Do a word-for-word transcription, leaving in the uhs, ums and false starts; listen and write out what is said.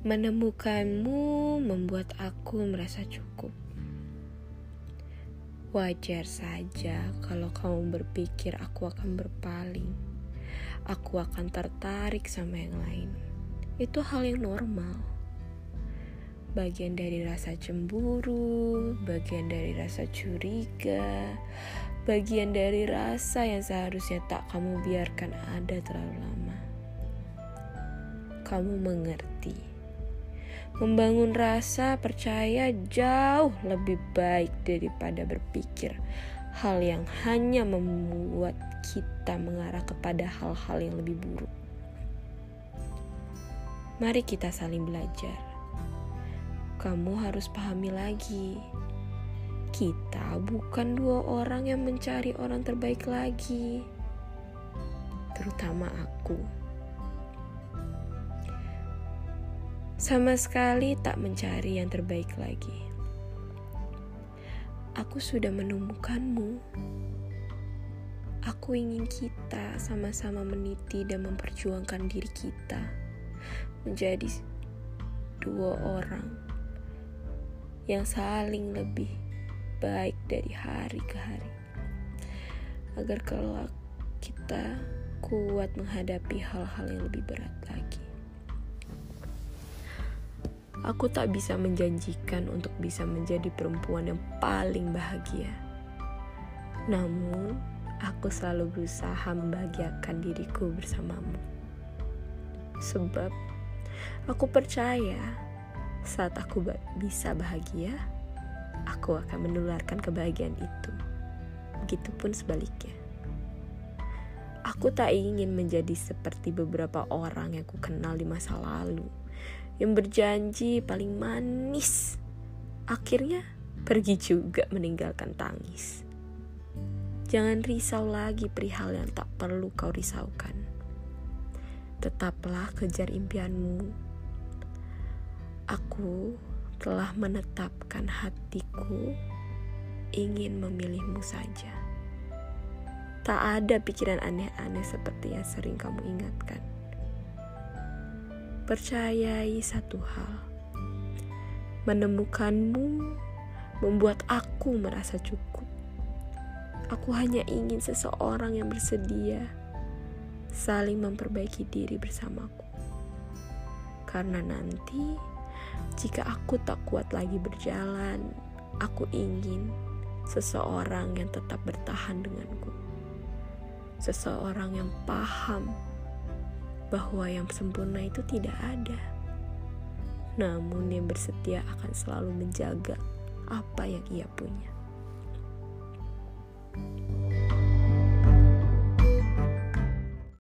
Menemukanmu membuat aku merasa cukup. Wajar saja kalau kamu berpikir aku akan berpaling. Aku akan tertarik sama yang lain. Itu hal yang normal. Bagian dari rasa cemburu, bagian dari rasa curiga, bagian dari rasa yang seharusnya tak kamu biarkan ada terlalu lama. Kamu mengerti. Membangun rasa percaya jauh lebih baik daripada berpikir hal yang hanya membuat kita mengarah kepada hal-hal yang lebih buruk. Mari kita saling belajar. Kamu harus pahami lagi, kita bukan dua orang yang mencari orang terbaik lagi, terutama aku. Sama sekali tak mencari yang terbaik lagi. Aku sudah menemukanmu. Aku ingin kita sama-sama meniti dan memperjuangkan diri kita menjadi dua orang yang saling lebih baik dari hari ke hari, agar kelak kita kuat menghadapi hal-hal yang lebih berat lagi. Aku tak bisa menjanjikan untuk bisa menjadi perempuan yang paling bahagia. Namun, aku selalu berusaha membahagiakan diriku bersamamu. Sebab, aku percaya saat aku bisa bahagia, aku akan menularkan kebahagiaan itu. Begitupun sebaliknya. Aku tak ingin menjadi seperti beberapa orang yang ku kenal di masa lalu, yang berjanji paling manis, akhirnya pergi juga meninggalkan tangis. Jangan risau lagi perihal yang tak perlu kau risaukan. Tetaplah kejar impianmu. Aku telah menetapkan hatiku ingin memilihmu saja. Tak ada pikiran aneh-aneh seperti yang sering kamu ingatkan. Percayai satu hal, menemukanmu membuat aku merasa cukup. Aku hanya ingin seseorang yang bersedia saling memperbaiki diri bersamaku. Karena nanti, jika aku tak kuat lagi berjalan, aku ingin seseorang yang tetap bertahan denganku. Seseorang yang paham bahwa yang sempurna itu tidak ada, namun yang bersedia akan selalu menjaga apa yang ia punya.